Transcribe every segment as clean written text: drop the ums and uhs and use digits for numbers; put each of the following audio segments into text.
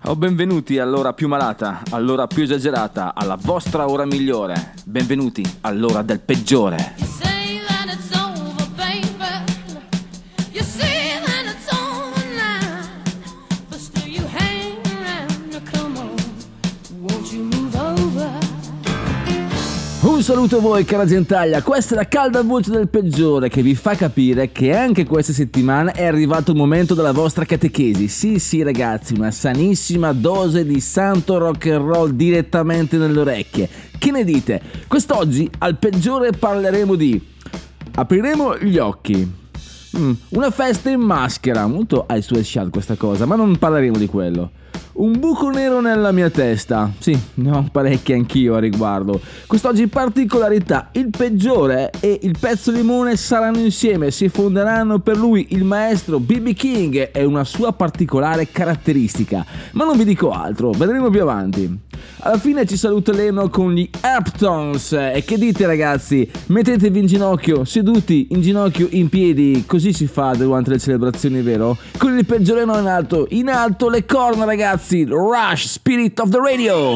O benvenuti all'ora più malata, all'ora più esagerata, alla vostra ora migliore. Benvenuti all'ora del peggiore. Un saluto a voi cara gentaglia, questa è la calda voce del peggiore che vi fa capire che anche questa settimana è arrivato il momento della vostra catechesi. Sì ragazzi, una sanissima dose di santo rock and roll direttamente nelle orecchie. Che ne dite? Quest'oggi al peggiore parleremo di apriremo gli occhi. Una festa in maschera, molto Ice White Shad questa cosa, ma non parleremo di quello. Un buco nero nella mia testa. Sì, ne ho parecchie anch'io a riguardo. Quest'oggi particolarità, il peggiore e il pezzo limone saranno insieme, si fonderanno per lui il maestro B.B. King e una sua particolare caratteristica. Ma non vi dico altro, vedremo più avanti. Alla fine ci saluteremo con gli Uptons. E che dite ragazzi? Mettetevi in ginocchio, seduti, in ginocchio, in piedi. Così si fa durante le celebrazioni, vero? Con il peggioreno in alto le corna ragazzi. Rush, Spirit of the Radio.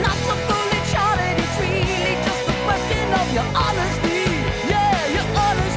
Your honesty, yeah, your honesty.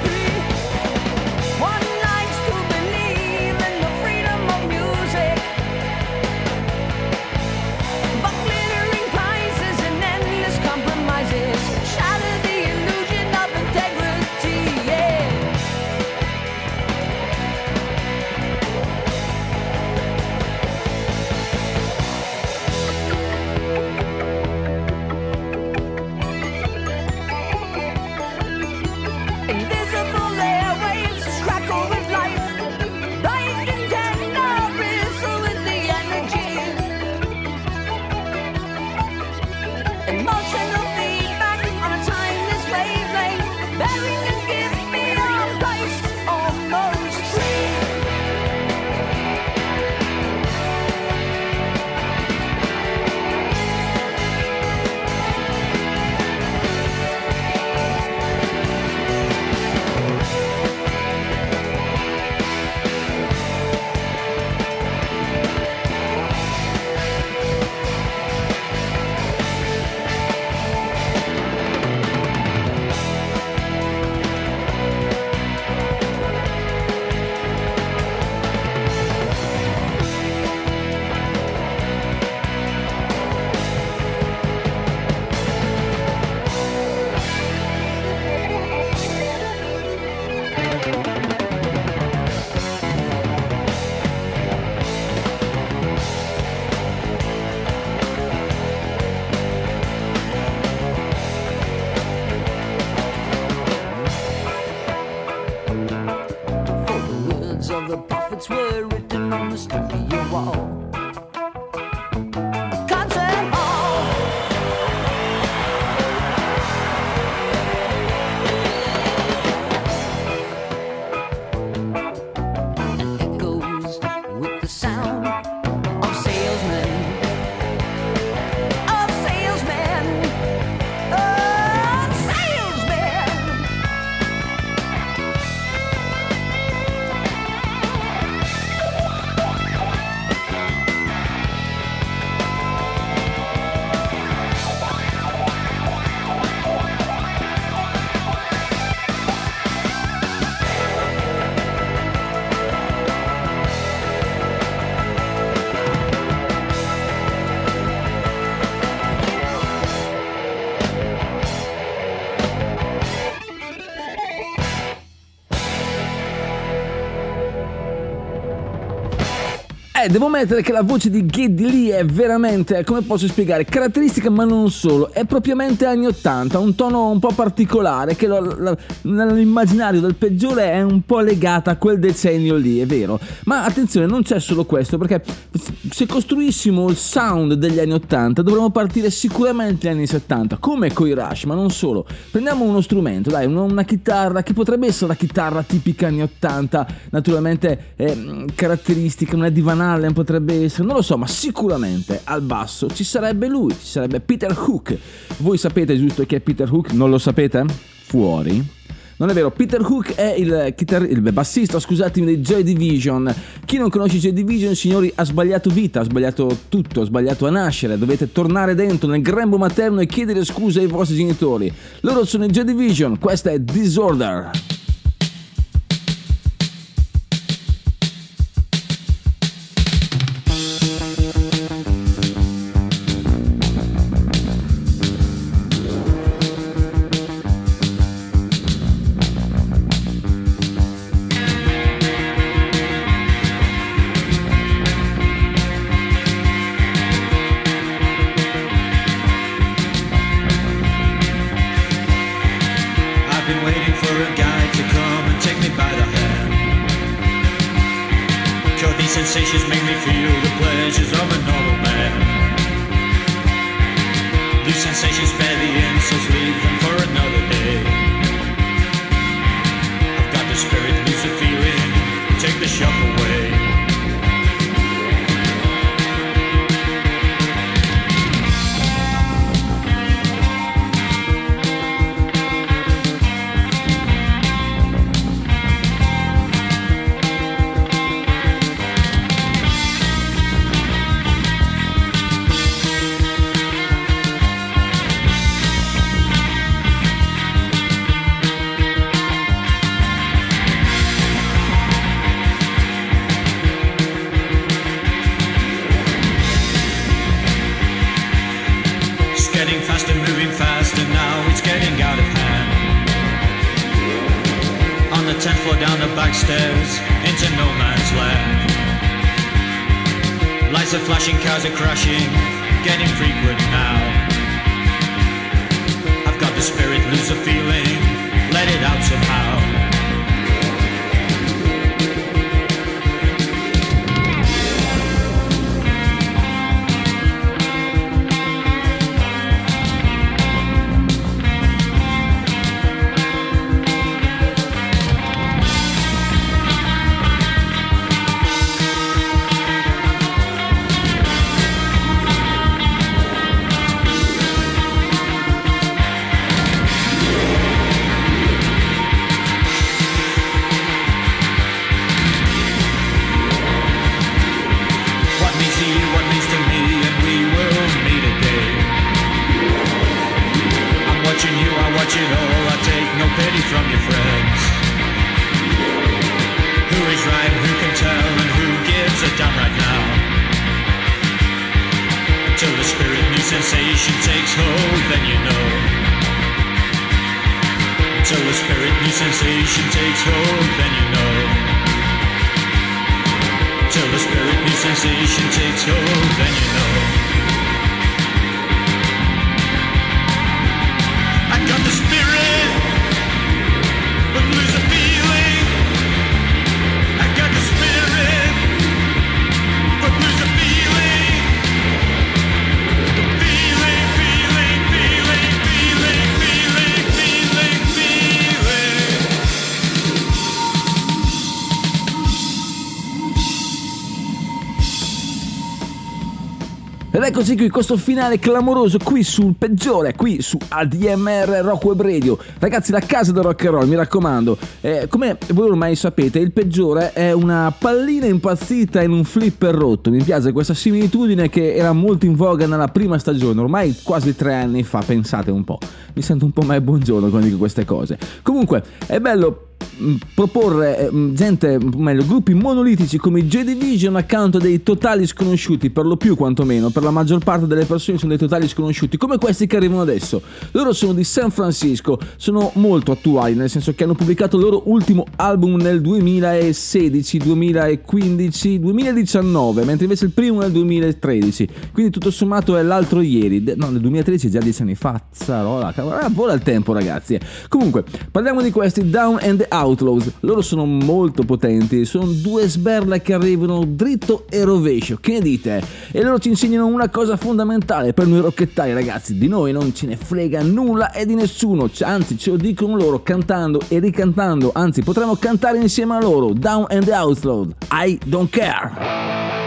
words were written on the studio wall. Concert hall. And echoes with the sound of salesmen. Of salesmen. Of salesmen. Devo mettere che la voce di Geddy Lee è veramente, come posso spiegare, caratteristica ma non solo, è propriamente anni 80, un tono un po' particolare che nell'immaginario del peggiore è un po' legata a quel decennio lì, è vero. Ma attenzione, non c'è solo questo, perché se costruissimo il sound degli anni 80 dovremmo partire sicuramente agli anni 70, come coi Rush, ma non solo. Prendiamo uno strumento, dai, una chitarra, che potrebbe essere la chitarra tipica anni 80, naturalmente caratteristica, una divanale potrebbe essere, non lo so, ma sicuramente al basso ci sarebbe lui, ci sarebbe Peter Hook. Voi sapete giusto chi è Peter Hook? Non lo sapete? Fuori? Non è vero, Peter Hook è il bassista, scusatemi, dei Joy Division. Chi non conosce Joy Division, signori, ha sbagliato vita, ha sbagliato tutto, ha sbagliato a nascere. Dovete tornare dentro nel grembo materno e chiedere scusa ai vostri genitori. Loro sono i Joy Division, questa è Disorder. Sensations make me feel the pleasures of a normal man. These sensations spare the insults, leave them for another day. I've got the spirit, lose the feeling, take the shock away. Moving faster now, it's getting out of hand. On the 10th floor, down the back stairs, into no man's land. Lights are flashing, cars are crashing, getting frequent now. I've got the spirit, lose the feeling, let it out somehow. Sensation takes hold, then you know. Till the spirit, new sensation takes hold, then you know. Till the spirit, new sensation takes hold, then you know. I got the spirit, but lose the feeling. I got the spirit. eccoci qui, questo finale clamoroso qui sul peggiore, qui su ADMR Rock Web Radio. Ragazzi, la casa del rock and roll, mi raccomando. Come voi ormai sapete, il peggiore è una pallina impazzita in un flipper rotto. Mi piace questa similitudine che era molto in voga nella prima stagione, ormai quasi 3 anni fa, pensate un po'. Mi sento un po' mai buongiorno quando dico queste cose. Comunque, è bello proporre gruppi monolitici come i Joy Division accanto a dei totali sconosciuti, per lo più quantomeno, per la maggior parte delle persone sono dei totali sconosciuti, come questi che arrivano adesso. Loro sono di San Francisco, sono molto attuali, nel senso che hanno pubblicato il loro ultimo album nel 2016, 2015, 2019, mentre invece il primo nel 2013, quindi tutto sommato è l'altro ieri, nel 2013 già 10 anni fa, zzarola, vola il tempo ragazzi. Comunque, parliamo di questi Down and the Outlaws. Loro sono molto potenti, sono 2 sberle che arrivano dritto e rovescio, che ne dite? E loro ci insegnano una cosa fondamentale per noi rockettari, ragazzi: di noi non ce ne frega nulla e di nessuno, anzi ce lo dicono loro cantando e ricantando, anzi potremmo cantare insieme a loro. Down and the Outlaws, I don't care.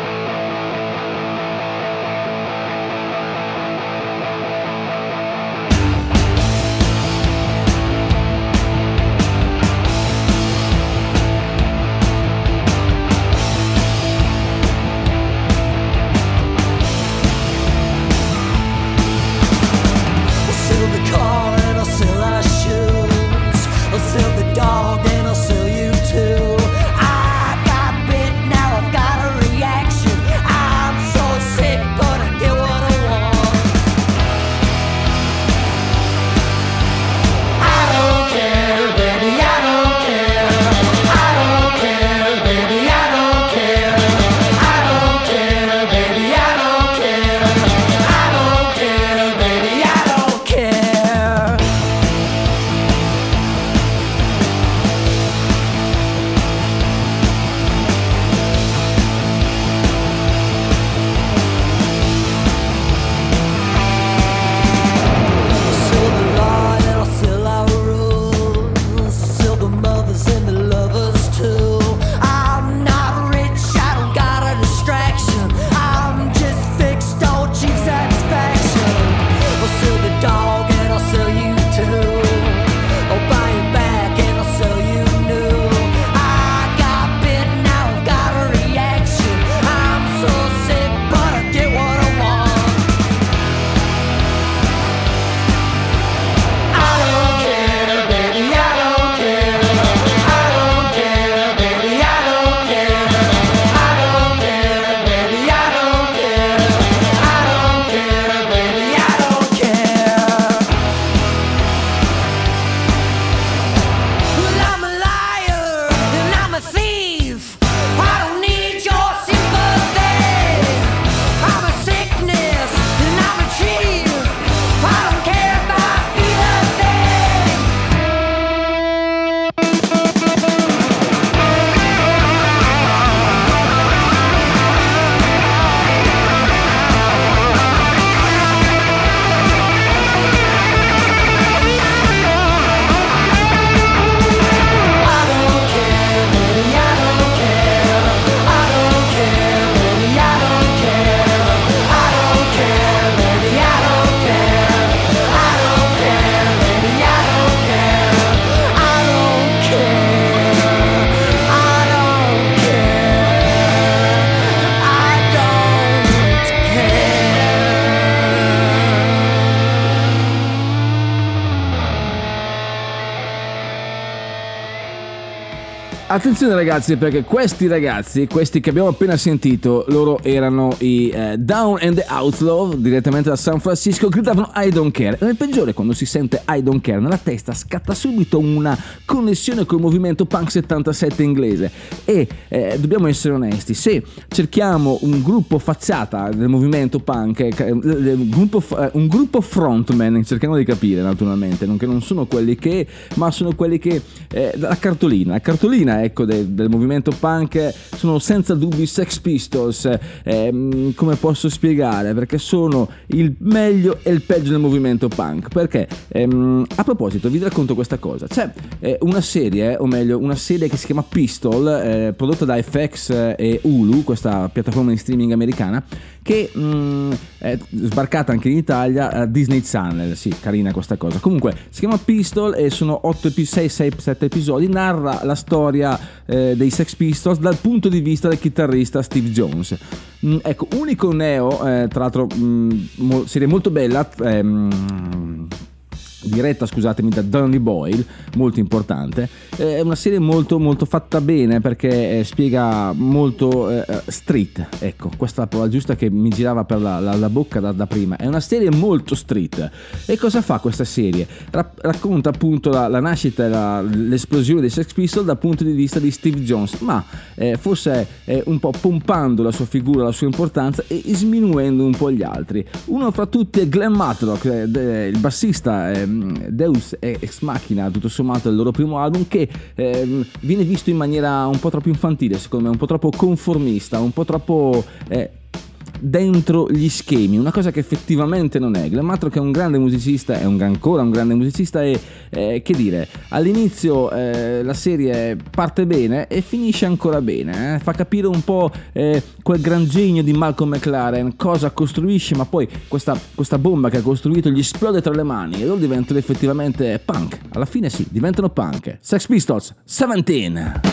Attenzione ragazzi, perché questi ragazzi, questi che abbiamo appena sentito, loro erano i Down and the Outlaw, direttamente da San Francisco, gridavano I don't care. E nel peggiore, quando si sente I don't care, nella testa scatta subito una connessione col movimento punk 77 inglese. E dobbiamo essere onesti, se cerchiamo un gruppo facciata del movimento punk, un gruppo frontman, cerchiamo di capire naturalmente, che non sono quelli che, ma sono quelli che, la cartolina ecco del movimento punk sono senza dubbi Sex Pistols. Come posso spiegare? Perché sono il meglio e il peggio del movimento punk. Perché a proposito vi racconto questa cosa. C'è una serie, o meglio una serie che si chiama Pistol, prodotta da FX e Hulu, questa piattaforma di streaming americana, che è sbarcata anche in Italia a Disney Channel. Sì, carina questa cosa. Comunque si chiama Pistol e sono 7 episodi. Narra la storia dei Sex Pistols dal punto di vista del chitarrista Steve Jones. Ecco, unico neo, tra l'altro serie molto bella, diretta, scusatemi, da Danny Boyle, molto importante. È una serie molto molto fatta bene, perché spiega molto street, ecco, questa è la parola giusta che mi girava per la bocca da prima. È una serie molto street. E cosa fa questa serie? Racconta appunto la nascita e l'esplosione dei Sex Pistols dal punto di vista di Steve Jones, ma forse un po' pompando la sua figura, la sua importanza, e sminuendo un po' gli altri. Uno fra tutti è Glenn Matlock, il bassista, Deus Ex Machina, tutto sommato il loro primo album, che viene visto in maniera un po' troppo infantile, secondo me, un po' troppo conformista, un po' troppo dentro gli schemi, una cosa che effettivamente non è. Glenn Matlock è un grande musicista, ancora un grande musicista, e che dire, all'inizio la serie parte bene e finisce ancora bene, fa capire un po' quel gran genio di Malcolm McLaren, cosa costruisce, ma poi questa bomba che ha costruito gli esplode tra le mani e loro diventano effettivamente punk. Alla fine sì, diventano punk. Sex Pistols, 17.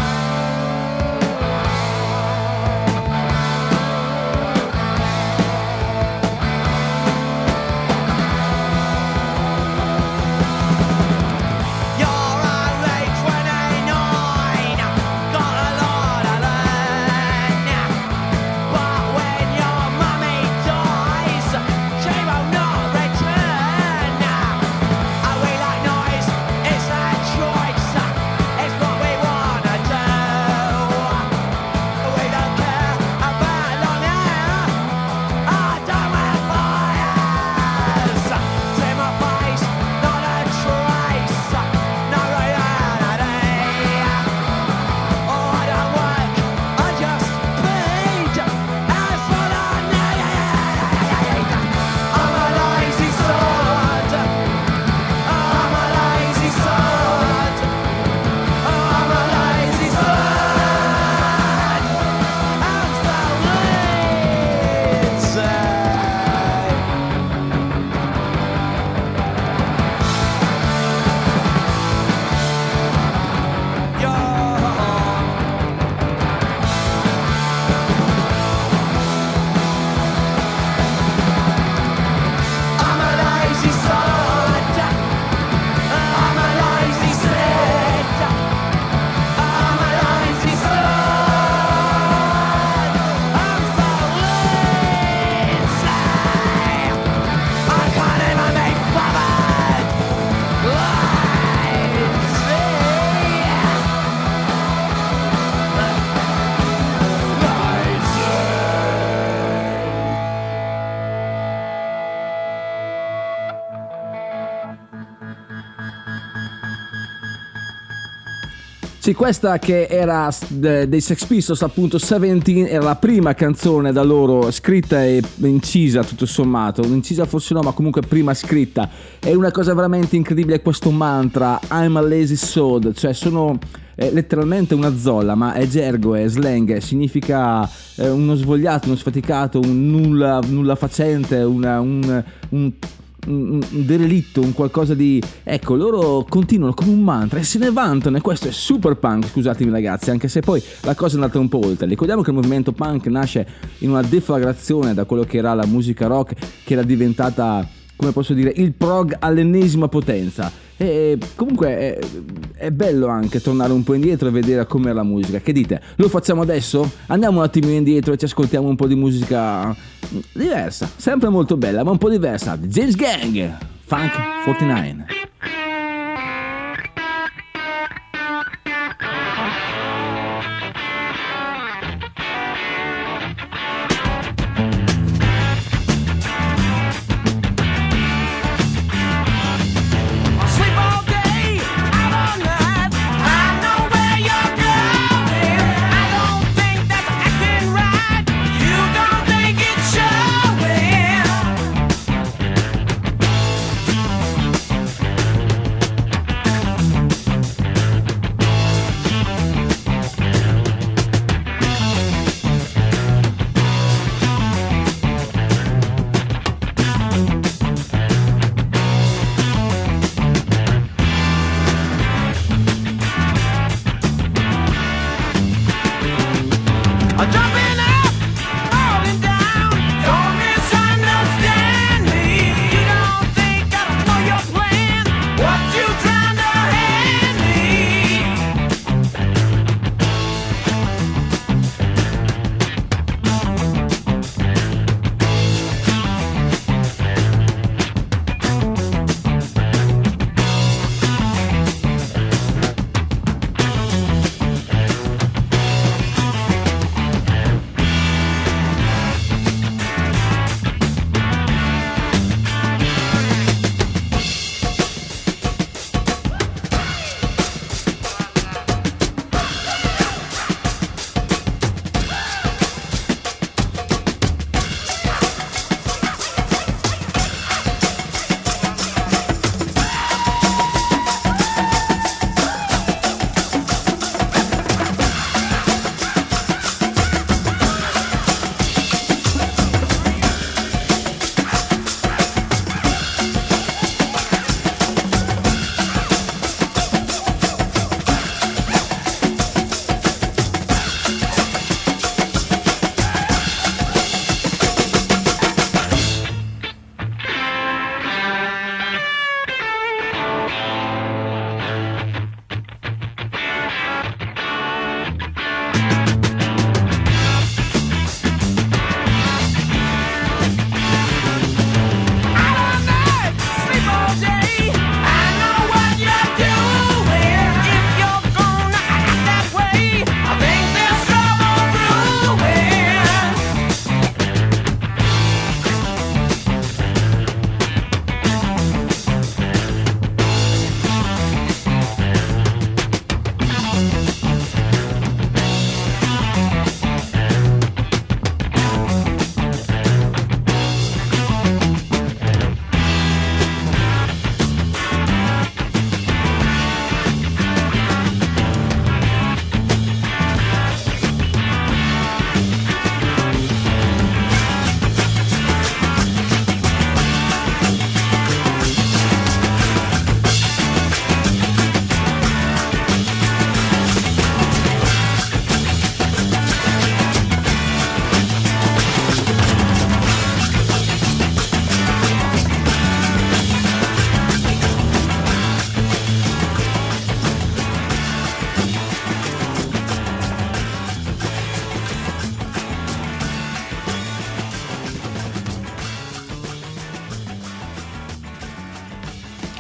Sì, questa che era dei Sex Pistols, appunto 17, era la prima canzone da loro scritta e incisa, tutto sommato, incisa forse no, ma comunque prima scritta. È una cosa veramente incredibile questo mantra, I'm a lazy sod, cioè sono letteralmente una zolla, ma è gergo, è slang, significa uno svogliato, uno sfaticato, un nulla facente, un derelitto, un qualcosa di... Ecco, loro continuano come un mantra e se ne vantano, e questo è super punk, scusatemi ragazzi, anche se poi la cosa è andata un po' oltre. Ricordiamo che il movimento punk nasce in una deflagrazione da quello che era la musica rock, che era diventata, come posso dire, il prog all'ennesima potenza. E comunque è bello anche tornare un po' indietro e vedere com'era la musica. Che dite? Lo facciamo adesso? Andiamo un attimino indietro e ci ascoltiamo un po' di musica diversa, sempre molto bella, ma un po' diversa. James Gang, Funk 49. Showing.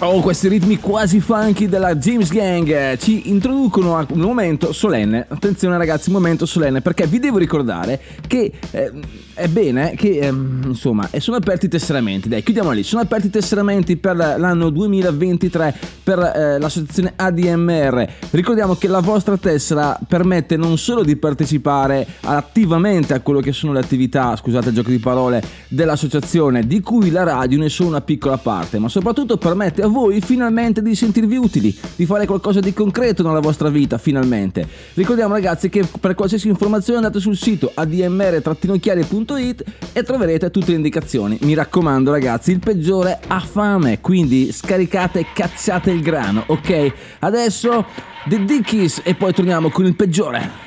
Oh, questi ritmi quasi funky della James Gang ci introducono a un momento solenne. Attenzione ragazzi, un momento solenne, perché vi devo ricordare che è bene che insomma sono aperti i tesseramenti. Dai, chiudiamo lì. Sono aperti i tesseramenti per l'anno 2023 per l'associazione ADMR. Ricordiamo che la vostra tessera permette non solo di partecipare attivamente a quello che sono le attività, scusate il gioco di parole, dell'associazione, di cui la radio ne è solo una piccola parte, ma soprattutto permette a voi finalmente di sentirvi utili, di fare qualcosa di concreto nella vostra vita, finalmente. Ricordiamo ragazzi che per qualsiasi informazione andate sul sito admr-chiari.it e troverete tutte le indicazioni. Mi raccomando ragazzi, il peggiore ha fame, quindi scaricate e cacciate il grano, ok? Adesso The Dickies e poi torniamo con il peggiore.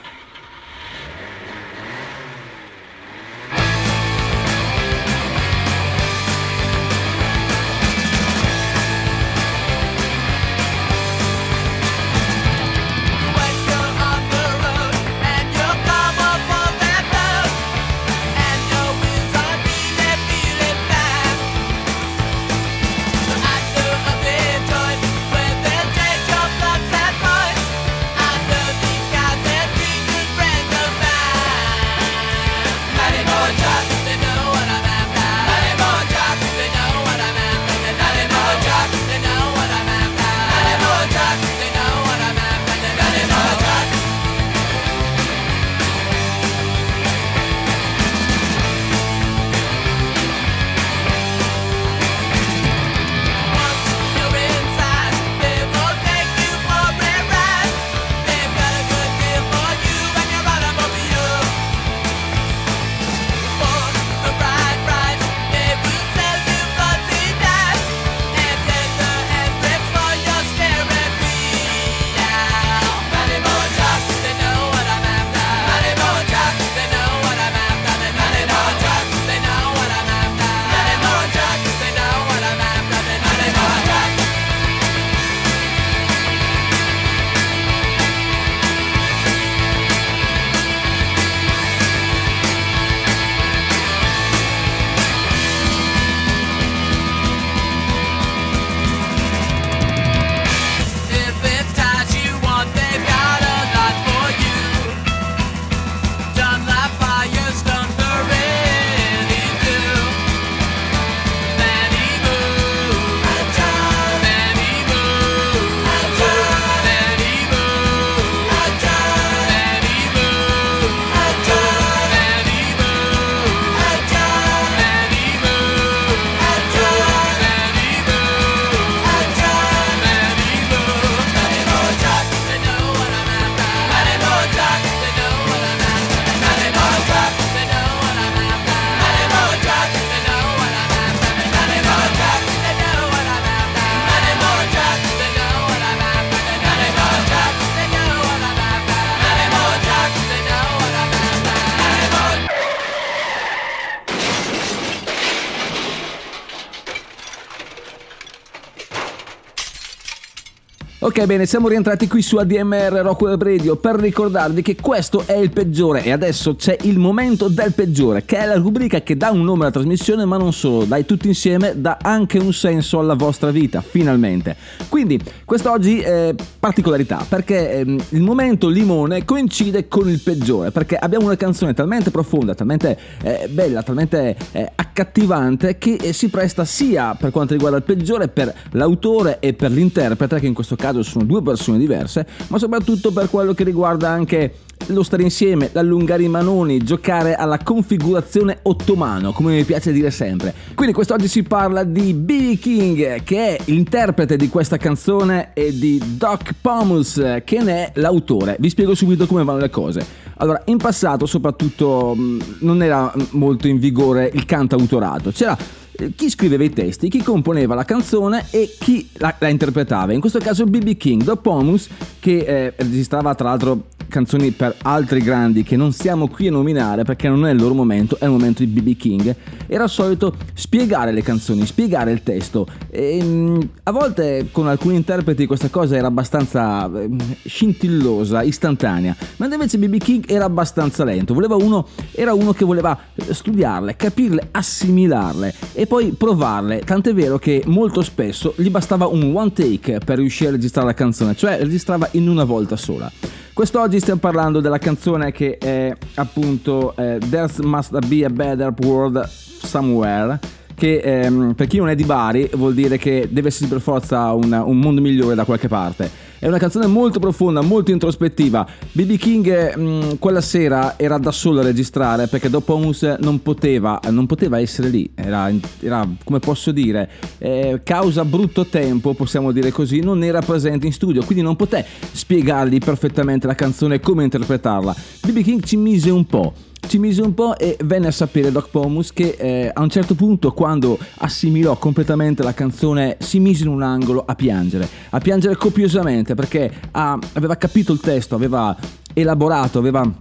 Ok, bene, siamo rientrati qui su ADMR Rock Web Radio per ricordarvi che questo è il peggiore e adesso c'è il momento del peggiore, che è la rubrica che dà un nome alla trasmissione, ma non solo, dai, tutti insieme dà anche un senso alla vostra vita, finalmente. Quindi, quest'oggi è particolarità, perché il momento limone coincide con il peggiore, perché abbiamo una canzone talmente profonda, talmente bella, talmente accattivante, che si presta sia per quanto riguarda il peggiore per l'autore e per l'interprete, che in questo caso sono due persone diverse, ma soprattutto per quello che riguarda anche lo stare insieme, l'allungare i manoni, giocare alla configurazione ottomano, come mi piace dire sempre. Quindi quest'oggi si parla di B.B. King, che è l'interprete di questa canzone, e di Doc Pomus, che ne è l'autore. Vi spiego subito come vanno le cose. Allora, in passato soprattutto non era molto in vigore il cantautorato, c'era chi scriveva i testi, chi componeva la canzone e chi la interpretava. In questo caso B.B. King, Doc Pomus, che registrava tra l'altro canzoni per altri grandi che non siamo qui a nominare perché non è il loro momento, è il momento di B.B. King. Era solito spiegare le canzoni, spiegare il testo e a volte con alcuni interpreti questa cosa era abbastanza scintillosa, istantanea, mentre invece B.B. King era abbastanza lento, era uno che voleva studiarle, capirle, assimilarle e poi provarle, tant'è vero che molto spesso gli bastava un one take per riuscire a registrare la canzone, cioè registrava in una volta sola. Quest'oggi stiamo parlando della canzone che è appunto There Must Be a Better World Somewhere, che per chi non è di Bari vuol dire che deve esserci per forza un mondo migliore da qualche parte. È una canzone molto profonda, molto introspettiva. B.B. King quella sera era da solo a registrare perché Doc Pomus non poteva essere lì, era come posso dire, causa brutto tempo, possiamo dire così, non era presente in studio, quindi non poté spiegargli perfettamente la canzone e come interpretarla. B.B. King ci mise un po' e venne a sapere Doc Pomus che a un certo punto, quando assimilò completamente la canzone, si mise in un angolo a piangere copiosamente perché aveva capito il testo, aveva elaborato, aveva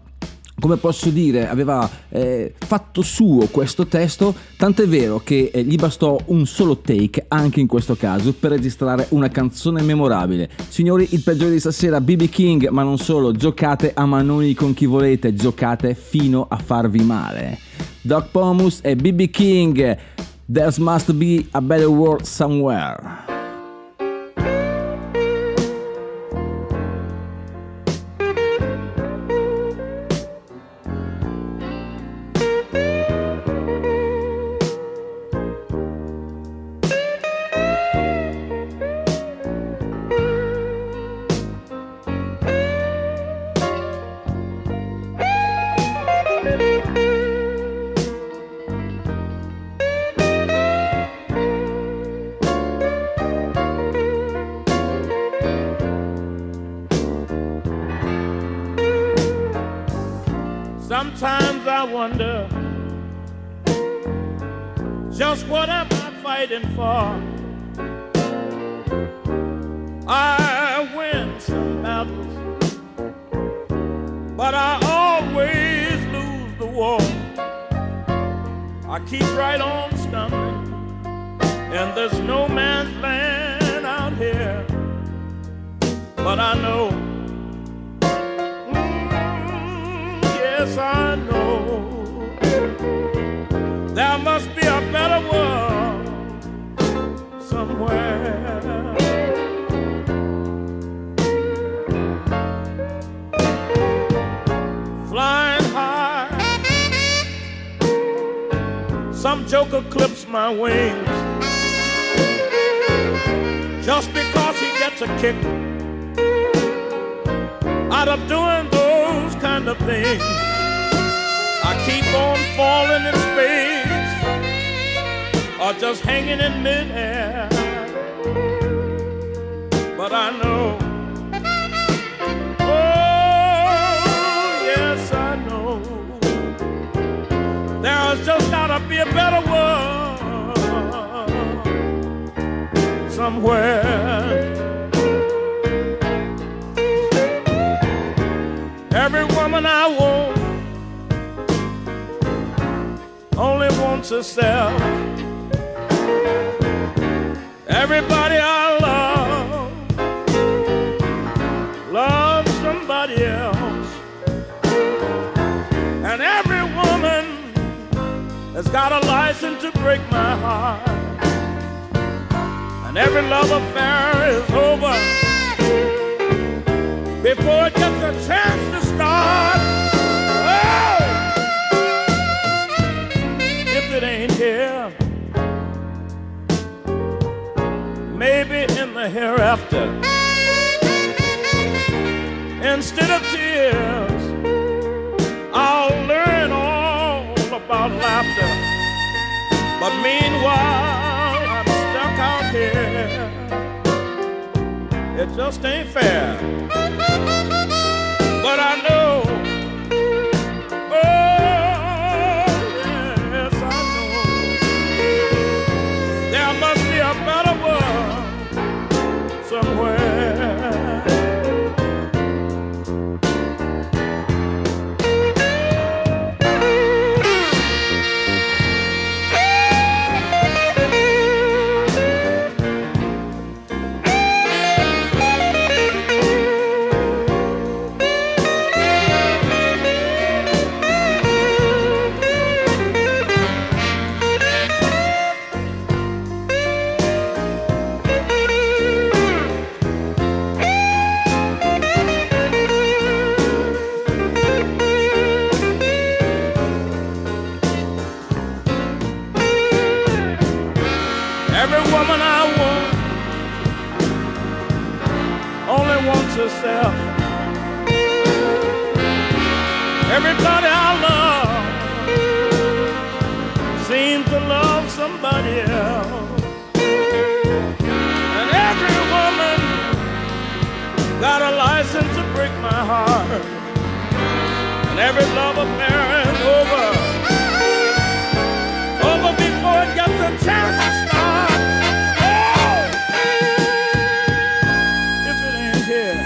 fatto suo questo testo, tant'è vero che gli bastò un solo take anche in questo caso per registrare una canzone memorabile. Signori, il peggiore di stasera, B.B. King, ma non solo, giocate a manoni con chi volete, giocate fino a farvi male. Doc Pomus e B.B. King, There Must Be a Better World Somewhere. Sometimes I wonder, just what am I fighting for? I win some battles, but I always lose the war. I keep right on stumbling, and there's no man's land out here, but I know, yes I know, there must be a better world somewhere. Flying high, some joker clips my wings just because he gets a kick out of doing those kind of things. I keep on falling in space or just hanging in midair, but I know, oh yes I know, there's just gotta be a better world somewhere. Every woman I want only wants herself. Everybody I love loves somebody else. And every woman has got a license to break my heart. And every love affair is over before it gets a chance to start. Oh! If it ain't here, maybe in the hereafter, instead of tears, I'll learn all about laughter. But meanwhile, I'm stuck out here. It just ain't fair. But I know, oh yes I know, there must be a better world somewhere. Everybody I love seems to love somebody else. And every woman got a license to break my heart. And every love affair is over before it gets a chance to start. Oh! If it ain't here,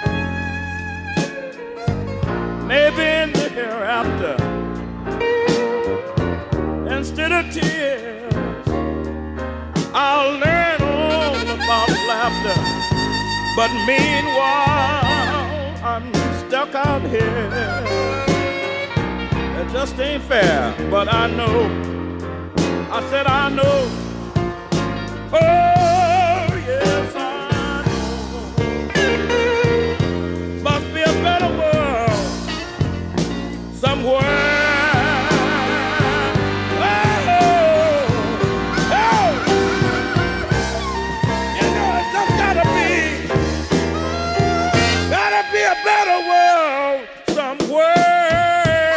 maybe in the hereafter, instead of tears, I'll learn all about laughter. But meanwhile, I'm stuck out here. It just ain't fair, but I know. I said I know. Oh, yes, I know. Must be a better world somewhere. A better world somewhere.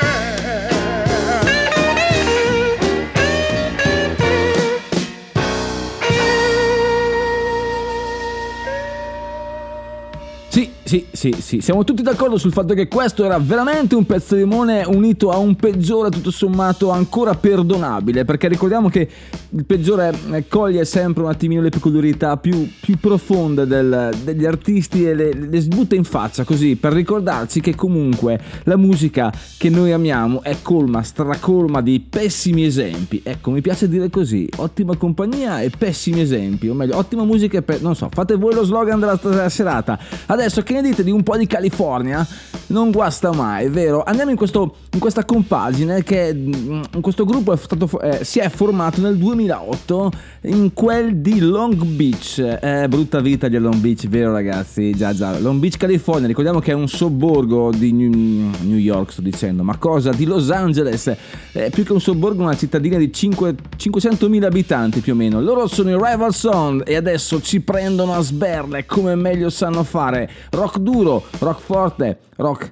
Sì, siamo tutti d'accordo sul fatto che questo era veramente un pezzo di limone unito a un peggiore tutto sommato ancora perdonabile, perché ricordiamo che il peggiore coglie sempre un attimino le peculiarità più profonde degli artisti e le sbutta in faccia così, per ricordarci che comunque la musica che noi amiamo è stracolma di pessimi esempi. Ecco, mi piace dire così: ottima compagnia e pessimi esempi, o meglio, ottima musica e non so, fate voi lo slogan della serata. Adesso che ne dite di un po' di California? Non guasta mai, vero? Andiamo in questa compagine che questo gruppo si è formato nel 2008 in quel di Long Beach. Brutta vita di Long Beach, vero ragazzi? Già, Long Beach, California, ricordiamo che è un sobborgo di New York, sto dicendo, ma cosa? Di Los Angeles, più che un sobborgo, una cittadina di 500.000 abitanti più o meno. Loro sono i Rival Song e adesso ci prendono a sberle come meglio sanno fare. Rock duro, rock forte, rock.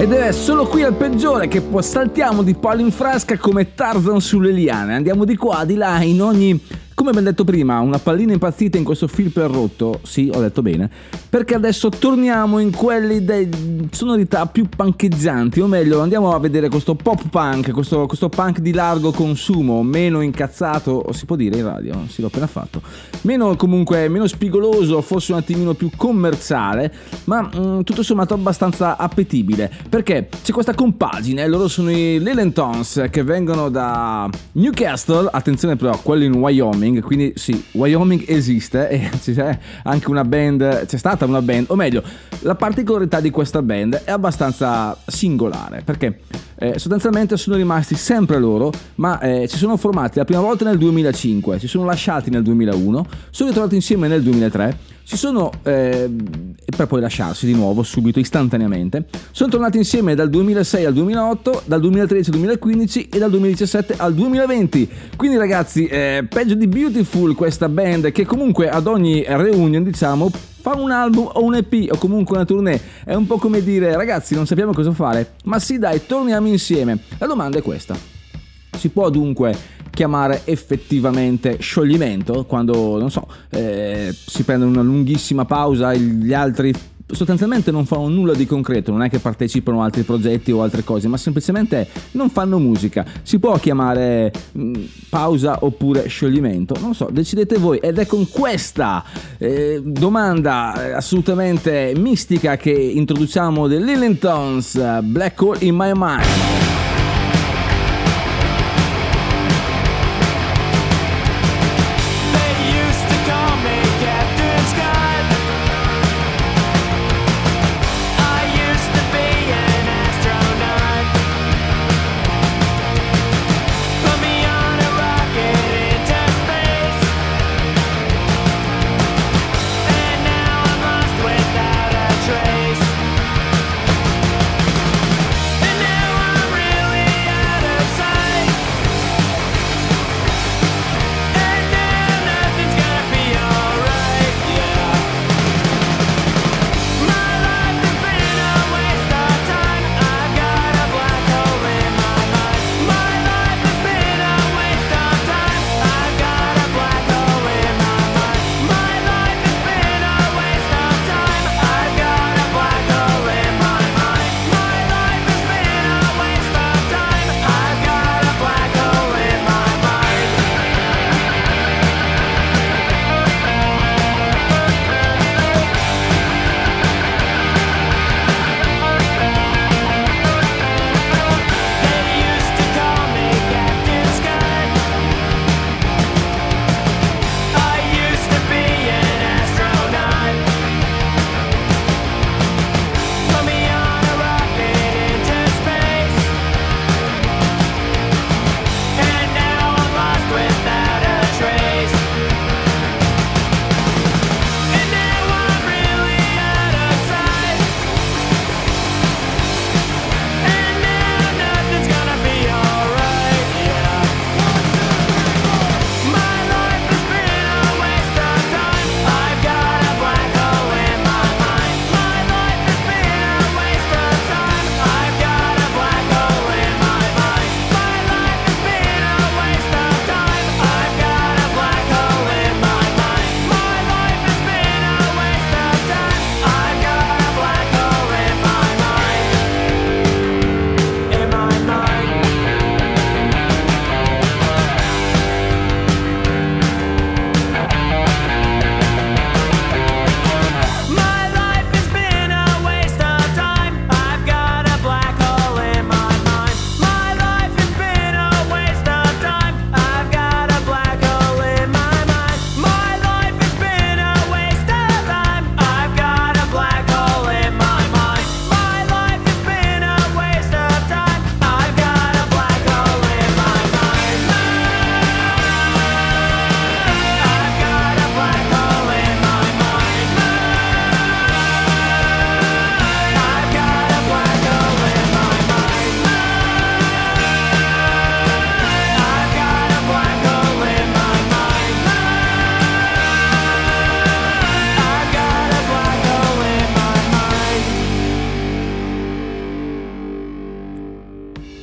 Ed è solo qui al peggiore che saltiamo di palo in frasca come Tarzan sulle liane. Andiamo di qua, di là, in ogni... Come abbiamo detto prima, una pallina impazzita in questo fil per rotto, sì, ho detto bene, perché adesso torniamo in quelli delle sonorità più puncheggianti, o meglio, andiamo a vedere questo pop punk, questo punk di largo consumo, meno incazzato, o si può dire in radio, sì, l'ho appena fatto, meno spigoloso, forse un attimino più commerciale, ma tutto sommato abbastanza appetibile, perché c'è questa compagine, loro sono i Lillentons, che vengono da Newcastle, attenzione però, quello in Wyoming, quindi sì, Wyoming esiste e c'è anche una band, c'è stata una band, o meglio, la particolarità di questa band è abbastanza singolare, perché sostanzialmente sono rimasti sempre loro, ma si sono formati la prima volta nel 2005, si sono lasciati nel 2001, sono ritornati insieme nel 2003, si sono per poi lasciarsi di nuovo subito, istantaneamente. Sono tornati insieme dal 2006 al 2008, dal 2013 al 2015 e dal 2017 al 2020. Quindi ragazzi, peggio di Beautiful questa band, che comunque ad ogni reunion, diciamo, fa un album o un EP o comunque una tournée. È un po' come dire: ragazzi, non sappiamo cosa fare, ma sì dai, torniamo insieme. La domanda è questa: si può dunque chiamare effettivamente scioglimento quando, non so, si prende una lunghissima pausa, gli altri sostanzialmente non fanno nulla di concreto, non è che partecipano a altri progetti o altre cose, ma semplicemente non fanno musica? Si può chiamare pausa oppure scioglimento? Non lo so, decidete voi. Ed è con questa domanda assolutamente mistica che introduciamo The Lillentons, Black Hole in My Mind. And now I'm really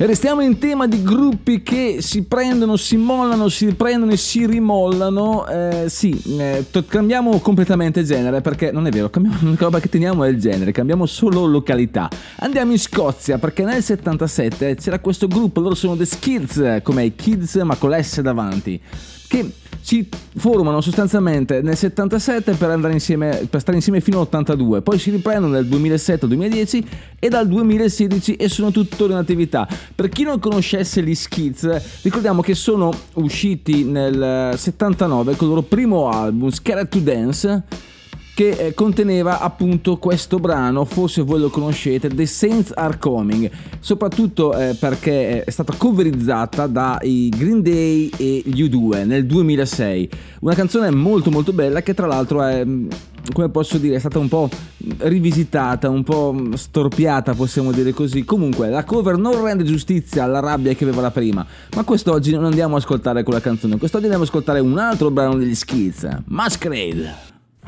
E restiamo in tema di gruppi che si prendono, si mollano, si riprendono e si rimollano. Cambiamo completamente genere, perché non è vero, l'unica roba che teniamo è il genere, cambiamo solo località. Andiamo in Scozia, perché nel 77 c'era questo gruppo, loro sono The Skids, come i Kids ma con l'S davanti, che si formano sostanzialmente nel 77 per stare insieme fino all'82, poi si riprendono nel 2007 al 2010 e dal 2016 e sono tuttora in attività. Per chi non conoscesse gli Skids, ricordiamo che sono usciti nel 79 con il loro primo album Scared to Dance, che conteneva appunto questo brano, forse voi lo conoscete, The Saints Are Coming, soprattutto perché è stata coverizzata dai Green Day e gli U2 nel 2006, una canzone molto molto bella che tra l'altro è, come posso dire, è stata un po' rivisitata, un po' storpiata, possiamo dire così. Comunque la cover non rende giustizia alla rabbia che aveva la prima, ma quest'oggi non andiamo a ascoltare quella canzone, quest'oggi andiamo a ascoltare un altro brano degli Skids, Masquerade.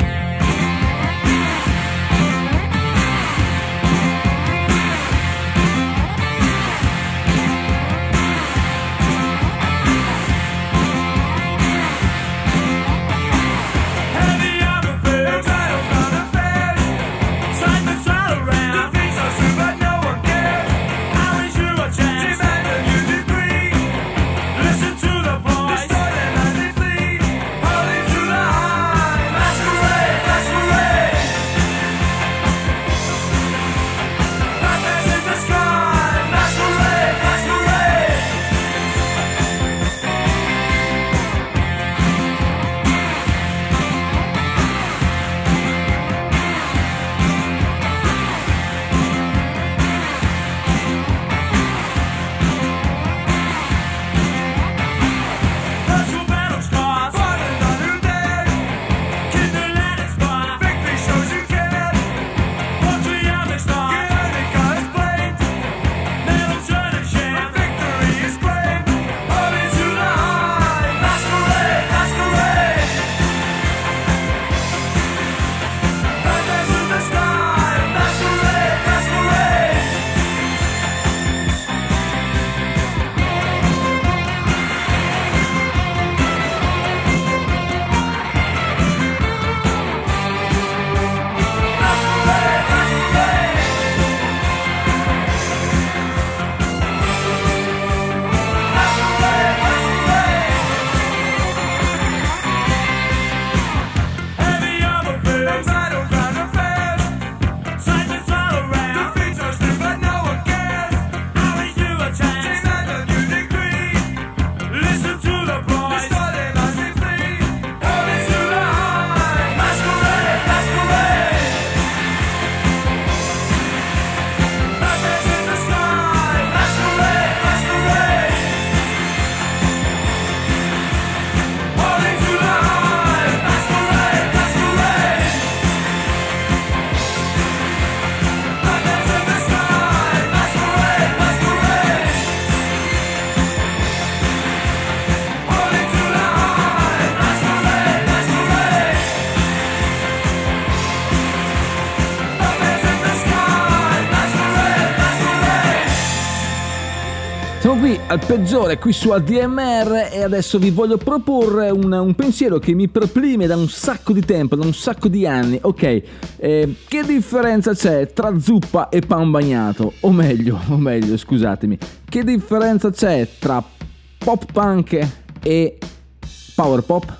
Siamo qui al peggiore, qui su ADMR, e adesso vi voglio proporre un pensiero che mi perplime da un sacco di tempo, da un sacco di anni. Ok, che differenza c'è tra zuppa e pan bagnato? O meglio, scusatemi, che differenza c'è tra pop punk e power pop?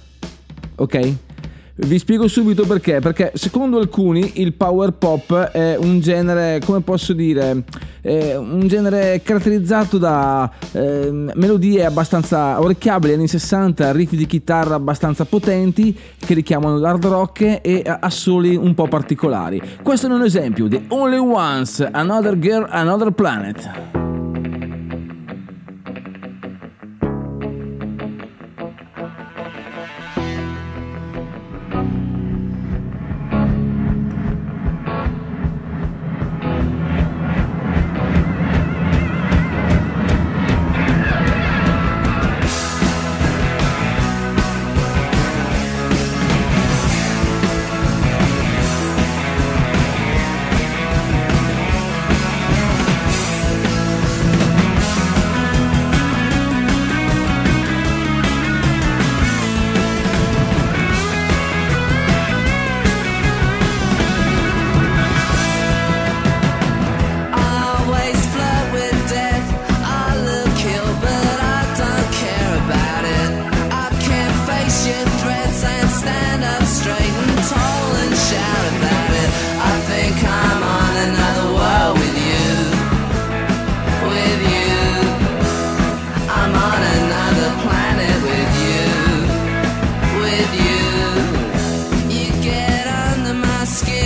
Ok? Vi spiego subito perché secondo alcuni il power pop è un genere, come posso dire, un genere caratterizzato da melodie abbastanza orecchiabili anni 60, riff di chitarra abbastanza potenti che richiamano l'hard rock e assoli un po' particolari. Questo è un esempio di Only Once, Another Girl, Another Planet.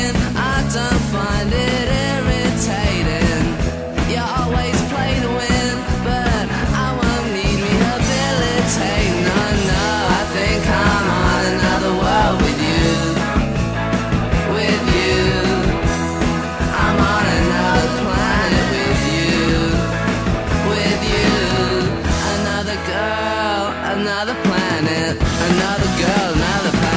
talking, I don't find it irritating. You always play to win, but I won't need rehabilitate. No, no, I think I'm on another world with you. With you, I'm on another planet with you. With you, another girl, another planet, another girl, another planet.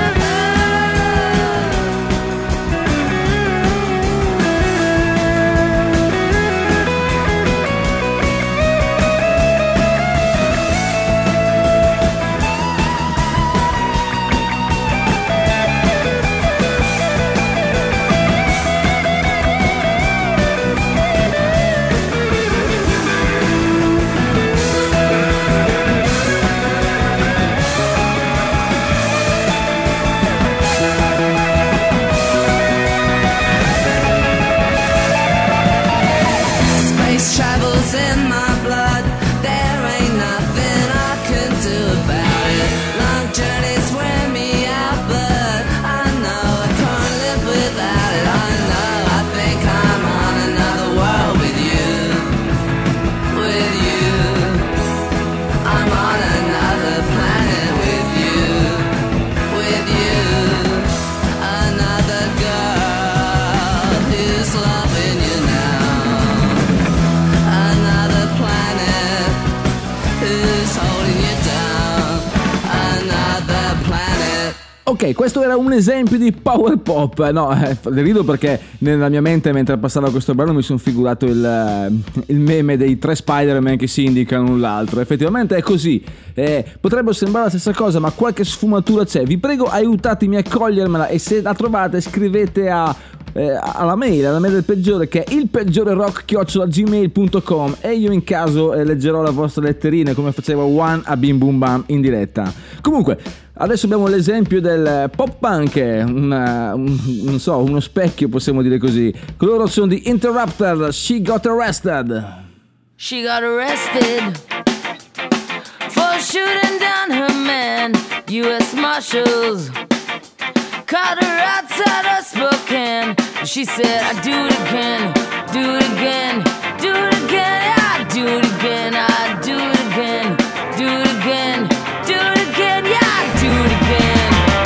Space travels in my blood. There ain't nothing I can do about it. Long journeys wear me out, but I know I can't live without it. I know, I think I'm on another world with you. With you, I'm on another planet with you. With you, another girl who's loving you now. Another planet who's holding you down. Another planet. Ok, questo era un esempio di power pop. No, rido perché nella mia mente mentre passava questo brano mi sono figurato il meme dei 3 Spider-Man che si indicano l'un l'altro. Effettivamente è così. Potrebbe sembrare la stessa cosa, ma qualche sfumatura c'è. Vi prego, aiutatemi a cogliermela, e se la trovate scrivete alla mail del peggiore, che è ilpeggiorerock@gmail.com, e io in caso leggerò la vostra letterina come faceva One a Bim Bum Bam in diretta. Comunque adesso abbiamo l'esempio del pop punk, non so, uno specchio, possiamo dire così. Loro sono di Interrupted, She Got Arrested. She got arrested for shooting down her man. U.S. Marshals caught her outside of Spokane. She said, I do it again, do it again, do it again, I do it again, I do it again, do it again, do it again, yeah, I do it again.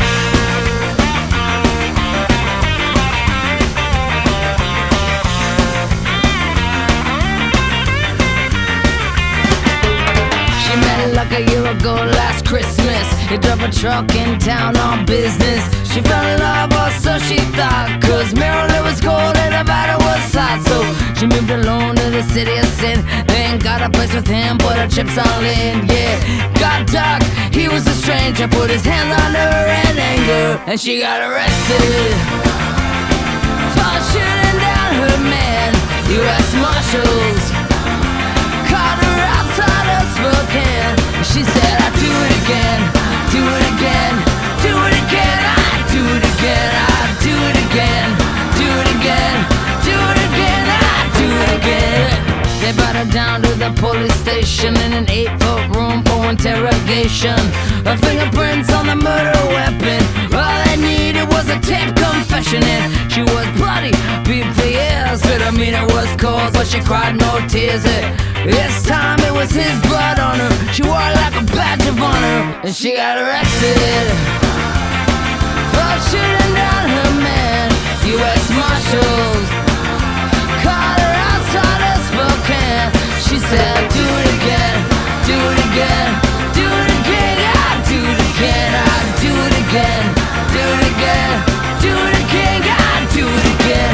She met like a year ago last Christmas. He drove a truck in town on business. She fell in love, or so she thought, cause Maryland was cold and Nevada was hot. So she moved alone to the city of sin. Then got a place with him, put her chips all in, yeah. Got dark, he was a stranger, put his hands on her in anger, and she got arrested for shooting down her man. U.S. Marshals caught her outside of Spokane. She said, I do it again, do it again, do it again, I do it again, I do it again, do it again, do it again, I do it again. They brought her down to the police station in an 8-foot room for interrogation. Her fingerprints on the murder weapon. All they needed was a tape confession, and she was bloody, beat for years. Vitamin was cold, but she cried no tears. This time it was his blood on her. She wore it like a badge of honor, and she got arrested for shooting down her man. U.S. Marshals caught her outside of Spokane. She said, do it again, do it again, do it again, I do it again, I do it again, do it again, do it again, I do it again.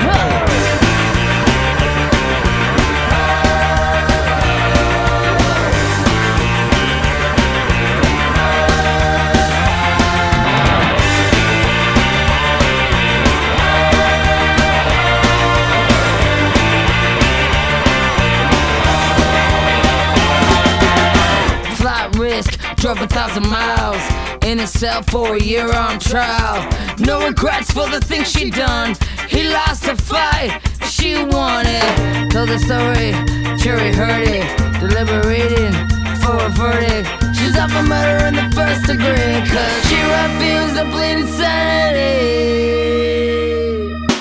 Drove 1,000 miles in a cell for a year on trial. No regrets for the things she done. He lost a fight, she won it. Told the story, jury heard it, deliberating for a verdict. She's up for murder in the first degree, cause she refused to plead insanity.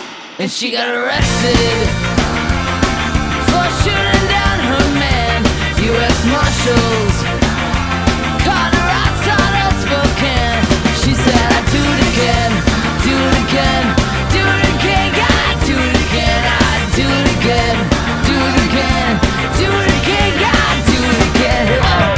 and she got arrested for shooting down her man. U.S. Marshals caught her outside of Spokane. She said, I do it again, do it again, do it again, God, do it again, I do it again, do it again, do it again, God, do it again. Oh.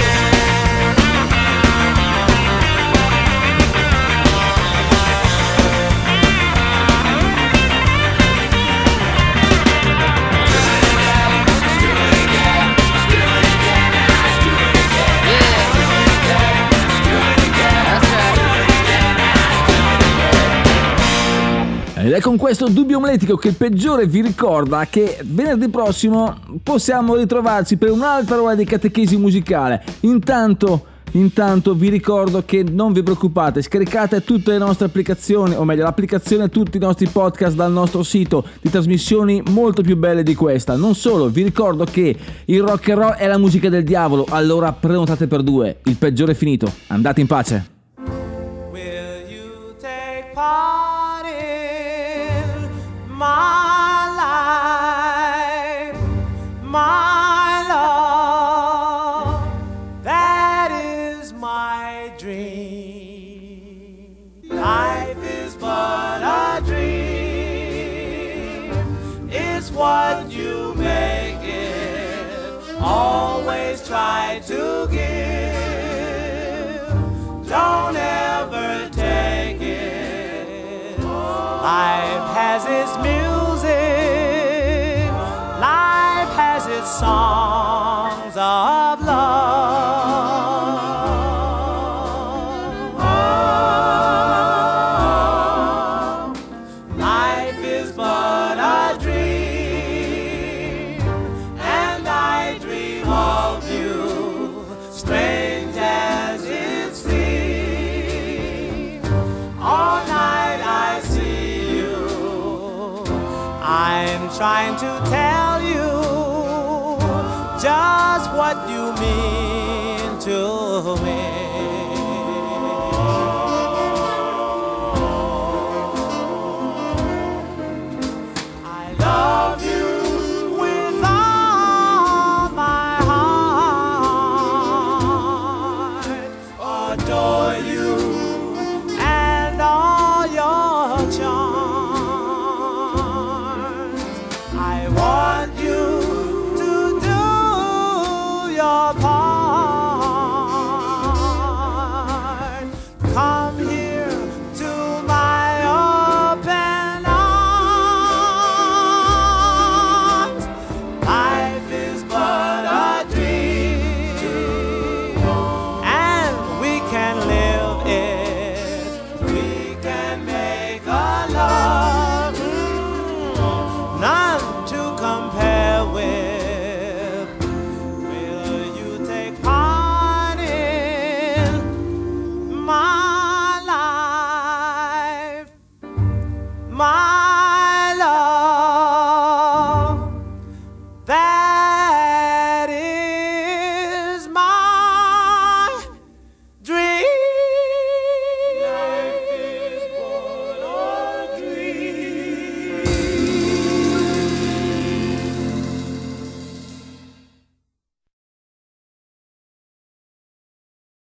Ed è con questo dubbio omletico che il peggiore vi ricorda che venerdì prossimo possiamo ritrovarci per un'altra ora di catechesi musicale. Intanto vi ricordo che non vi preoccupate, scaricate tutte le nostre applicazioni, o meglio l'applicazione e tutti i nostri podcast dal nostro sito, di trasmissioni molto più belle di questa. Non solo, vi ricordo che il rock and roll è la musica del diavolo, allora prenotate per due, il peggiore è finito, andate in pace. Will you take part in my life, my love? That is my dream. Life is but a dream. It's what you make it. Always try to give. Don't ever take it. Life has its music. Life has its songs of love. Oh, life is but a dream, and I dream of you, strange as it seems. All night I see you. I'm trying to tell you just what you mean.